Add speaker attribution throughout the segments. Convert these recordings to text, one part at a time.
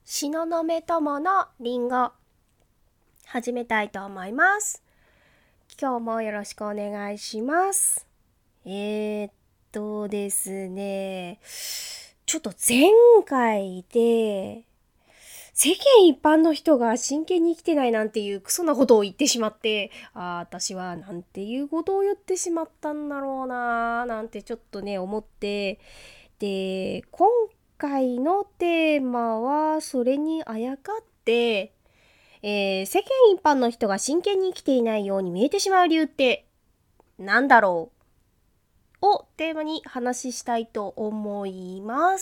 Speaker 1: 東雲友のりんご始めたいと思います。今日もよろしくお願いします。ですね、ちょっと前回で世間一般の人が真剣に生きてないなんていうクソなことを言ってしまって、私はなんていうことを言ってしまったんだろうななんてちょっとね思って、で今回のテーマはそれにあやかって、世間一般の人が真剣に生きていないように見えてしまう理由ってなんだろうをテーマに話したいと思います。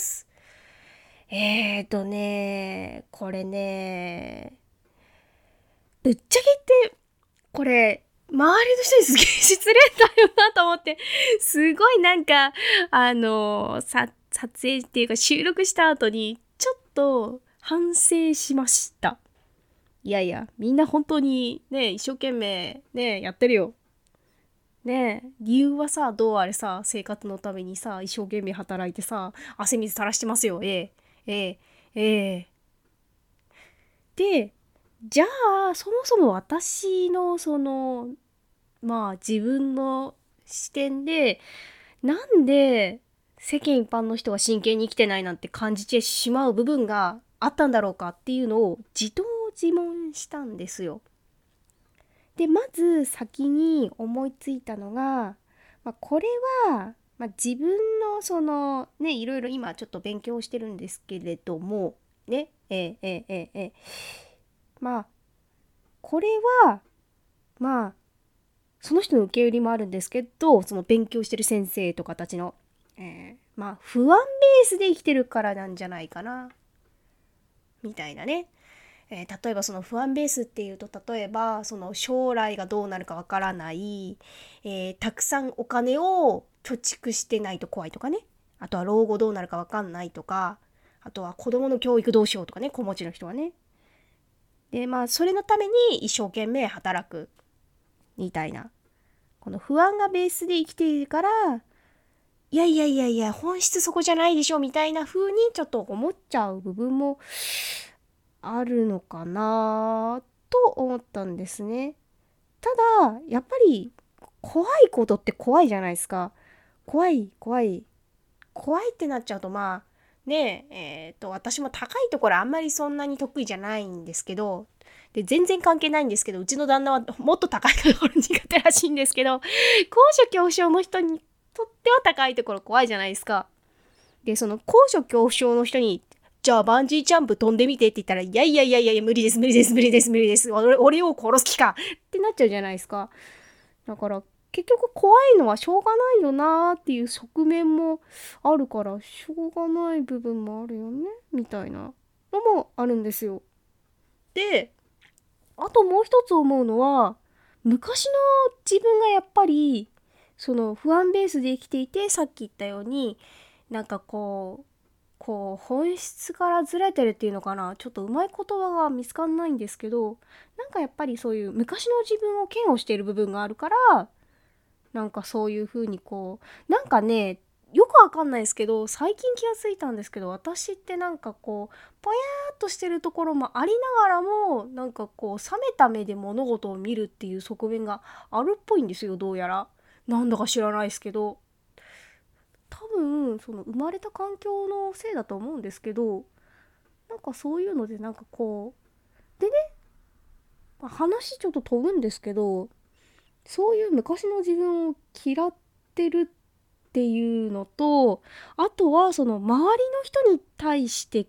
Speaker 1: これね、ぶっちゃけ言ってこれ周りの人にすげえ失礼だよなと思って、すごいなんか撮影っていうか収録した後にちょっと反省しました。いやいや、みんな本当にね一生懸命ねやってるよ。ねえ、理由はさ、どうあれさ、生活のためにさ、一生懸命働いてさ、汗水垂らしてますよ。ええ、ええ。で、じゃあ、そもそも私の自分の視点で、なんで世間一般の人が真剣に生きてないなんて感じてしまう部分があったんだろうかっていうのを自問自問したんですよ。で、まず先に思いついたのが、これは、自分のいろいろ今ちょっと勉強してるんですけれども、ね、まあ、これは、まあ、その人の受け売りもあるんですけど、その勉強してる先生とかたちの、不安ベースで生きてるからなんじゃないかな、みたいなね。例えばその不安ベースっていうと、例えばその将来がどうなるかわからない、たくさんお金を貯蓄してないと怖いとかね。あとは老後どうなるかわかんないとか、あとは子供の教育どうしようとかね、子持ちの人はね。で、それのために一生懸命働くみたいな。この不安がベースで生きているから、いやいやいやいや、本質そこじゃないでしょみたいな風にちょっと思っちゃう部分もあるのかなと思ったんですね。ただやっぱり怖いことって怖いじゃないですか。怖い怖い怖いってなっちゃうと、私も高いところあんまりそんなに得意じゃないんですけど、で全然関係ないんですけど、うちの旦那はもっと高いところ苦手らしいんですけど、高所恐怖症の人にとっては高いところ怖いじゃないですか。でその高所恐怖症の人に、じゃあバンジージャンプ飛んでみてって言ったら、いやいやいやいや無理です無理です無理です無理です、俺を殺す気かってなっちゃうじゃないですか。だから結局怖いのはしょうがないよなーっていう側面もあるから、しょうがない部分もあるよねみたいなのもあるんですよ。で、あともう一つ思うのは、昔の自分がやっぱりその不安ベースで生きていて、さっき言ったようになんか本質からずれてるっていうのかな、ちょっとうまい言葉が見つかんないんですけど、なんかやっぱりそういう昔の自分を嫌悪している部分があるから、なんかそういう風になんかね、よくわかんないですけど、最近気がついたんですけど、私ってなんかぽやーっとしてるところもありながらも、なんか冷めた目で物事を見るっていう側面があるっぽいんですよ、どうやら。なんだか知らないですけど。多分、その生まれた環境のせいだと思うんですけど、なんかそういうのででね、話ちょっと飛ぶんですけど、そういう昔の自分を嫌ってるっていうのと、あとはその周りの人に対して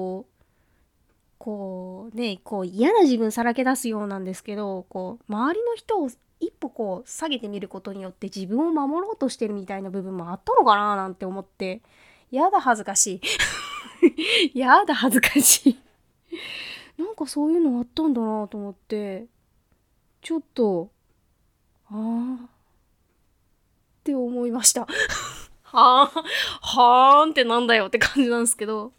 Speaker 1: 嫌な自分さらけ出すようなんですけど、周りの人を一歩下げてみることによって自分を守ろうとしてるみたいな部分もあったのかななんて思って、やだ恥ずかしいやだ恥ずかしいなんかそういうのあったんだなと思って、ちょっとって思いましたはーはーんってなんだよって感じなんですけど、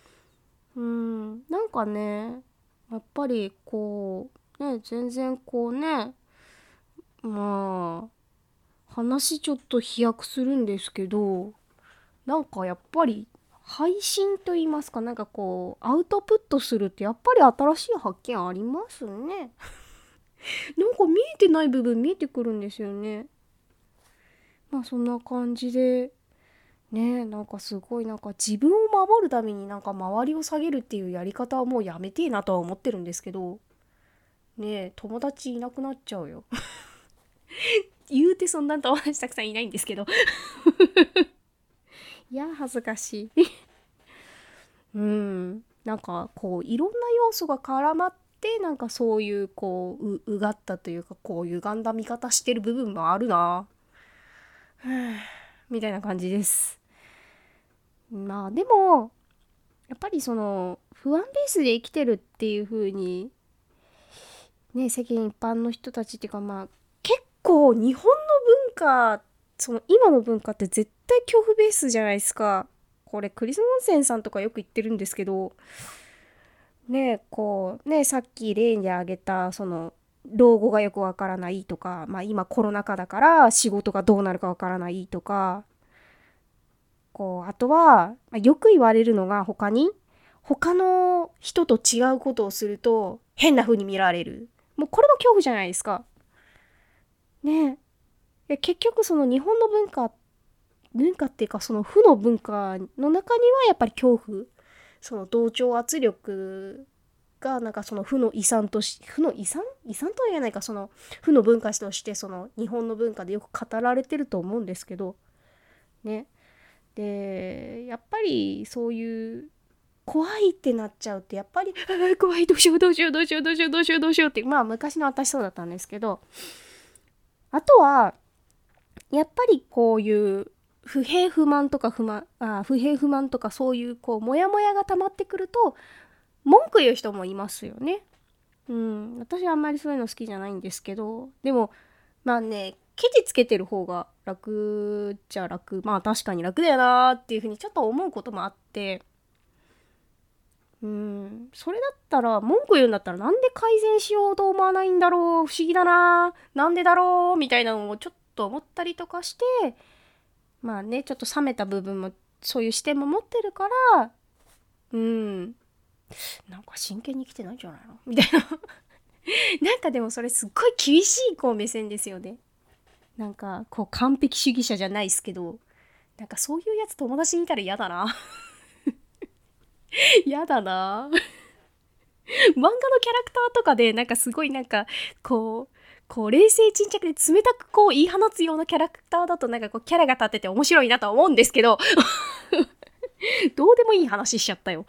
Speaker 1: なんかね、やっぱり全然話ちょっと飛躍するんですけど、なんかやっぱり配信と言いますか、なんかこうアウトプットするってやっぱり新しい発見ありますね。なんか見えてない部分見えてくるんですよね。まあそんな感じでね、なんかすごいなんか自分を守るためになんか周りを下げるっていうやり方はもうやめてえなとは思ってるんですけど、ね、友達いなくなっちゃうよ。言うてそんな友達たくさんいないんですけど。いや恥ずかしい。なんかこういろんな要素が絡まって、なんかそういうこうがったというか、こう歪んだ見方してる部分もあるなみたいな感じです。まあでもやっぱりその不安ベースで生きてるっていう風にね、世間一般の人たちっていうか、まあ結構日本の文化、その今の文化って絶対恐怖ベースじゃないですか。これクリス・モンセンさんとかよく言ってるんですけど、ね、こうね、さっき例に挙げたその老後がよくわからないとか、まあ今コロナ禍だから仕事がどうなるかわからないとか、こうあとは、よく言われるのが他の人と違うことをすると変な風に見られる。もうこれも恐怖じゃないですか。ねえ。結局その日本の文化っていうかその負の文化の中にはやっぱり恐怖、その同調圧力がなんかその負の遺産とは言えないか、その負の文化としてその日本の文化でよく語られてると思うんですけど、ね。で、やっぱりそういう怖いってなっちゃうってやっぱり怖い、どうしようどうしようどうしようどうしようどうしようどうしようって、まあ昔の私そうだったんですけど、あとはやっぱりこういう不平不満とかそういうこうモヤモヤが溜まってくると文句言う人もいますよね。私はあんまりそういうの好きじゃないんですけど、でもまあね、ケチつけてる方が楽っちゃ楽、まあ確かに楽だよなーっていうふうにちょっと思うこともあって、それだったら文句言うんだったらなんで改善しようと思わないんだろう、不思議だな、なんでだろうみたいなのをちょっと思ったりとかして、まあね、ちょっと冷めた部分もそういう視点も持ってるから、なんか真剣に生きてないんじゃないのみたいな。なんかでもそれすっごい厳しいこう目線ですよね。なんかこう完璧主義者じゃないですけど、なんかそういうやつ友達にいたら嫌だな。嫌だな。漫画のキャラクターとかでなんかすごいなんかこう冷静沈着で冷たくこう言い放つようなキャラクターだとなんかこうキャラが立ってて面白いなとは思うんですけど、どうでもいい話しちゃったよ。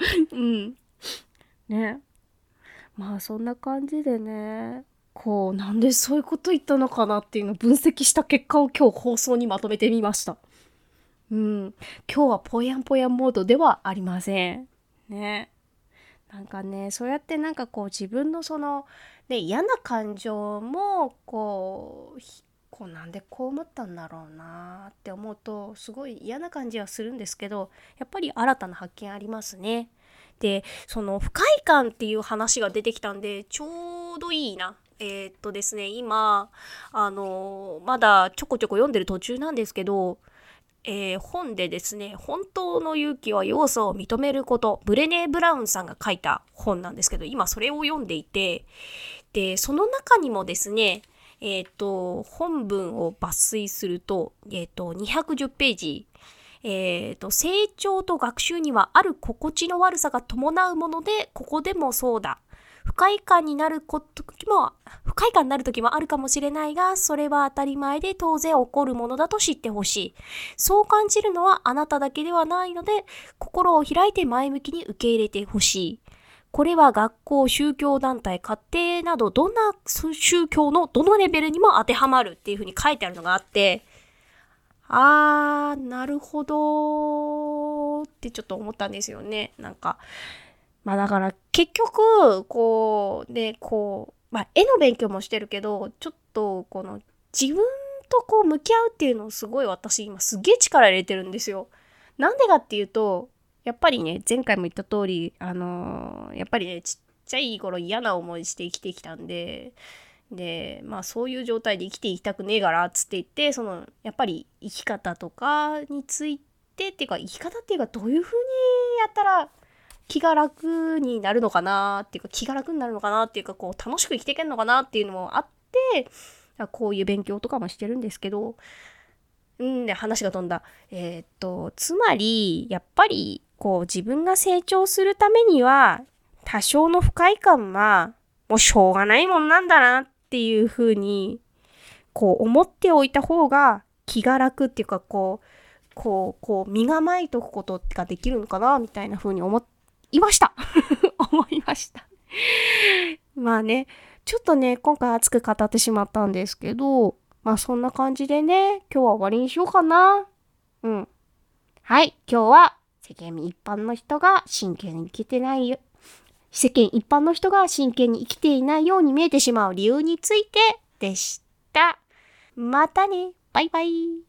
Speaker 1: ね。まあそんな感じでね、こうなんでそういうこと言ったのかなっていうのを分析した結果を今日放送にまとめてみました。今日はぽやんぽやんモードではありません。ね。なんかね、そうやってなんかこう自分のその、ね、嫌な感情もこうなんでこう思ったんだろうなって思うとすごい嫌な感じはするんですけど、やっぱり新たな発見ありますね。で、その不快感っていう話が出てきたんでちょうどいいな。ですね、今まだちょこちょこ読んでる途中なんですけど、本でですね、本当の勇気は要素を認めること、ブレネー・ブラウンさんが書いた本なんですけど、今それを読んでいて、で、その中にもですね、本文を抜粋すると、210ページ、成長と学習にはある心地の悪さが伴うもので、ここでもそうだ。不快感になる時もあるかもしれないが、それは当たり前で当然起こるものだと知ってほしい。そう感じるのはあなただけではないので、心を開いて前向きに受け入れてほしい。これは学校、宗教団体、家庭などどんな宗教のどのレベルにも当てはまるっていう風に書いてあるのがあって、なるほどってちょっと思ったんですよね。なんか、まあだから結局、絵の勉強もしてるけど、ちょっとこの自分とこう向き合うっていうのをすごい私今すげえ力入れてるんですよ。なんでかっていうと、やっぱりね、前回も言った通り、やっぱりね、ちっちゃい頃嫌な思いして生きてきたんで、まあそういう状態で生きていきたくねえからっつって言って、やっぱり生き方とかについてっていうか、生き方っていうか、どういう風にやったら気が楽になるのかなっていうか、気が楽になるのかなっていうか、こう楽しく生きていけるのかなっていうのもあって、こういう勉強とかもしてるんですけど、で、話が飛んだ。つまり、やっぱり、こう自分が成長するためには、多少の不快感は、もうしょうがないもんなんだなっていう風に、こう思っておいた方が気が楽っていうか、こう身構えとくことができるのかなみたいな風に思いました。思いました。まあね、ちょっとね、今回熱く語ってしまったんですけど、まあそんな感じでね、今日は終わりにしようかな。はい、今日は世間一般の人が真剣に生きてないよ。世間一般の人が真剣に生きていないように見えてしまう理由についてでした。またね。バイバイ。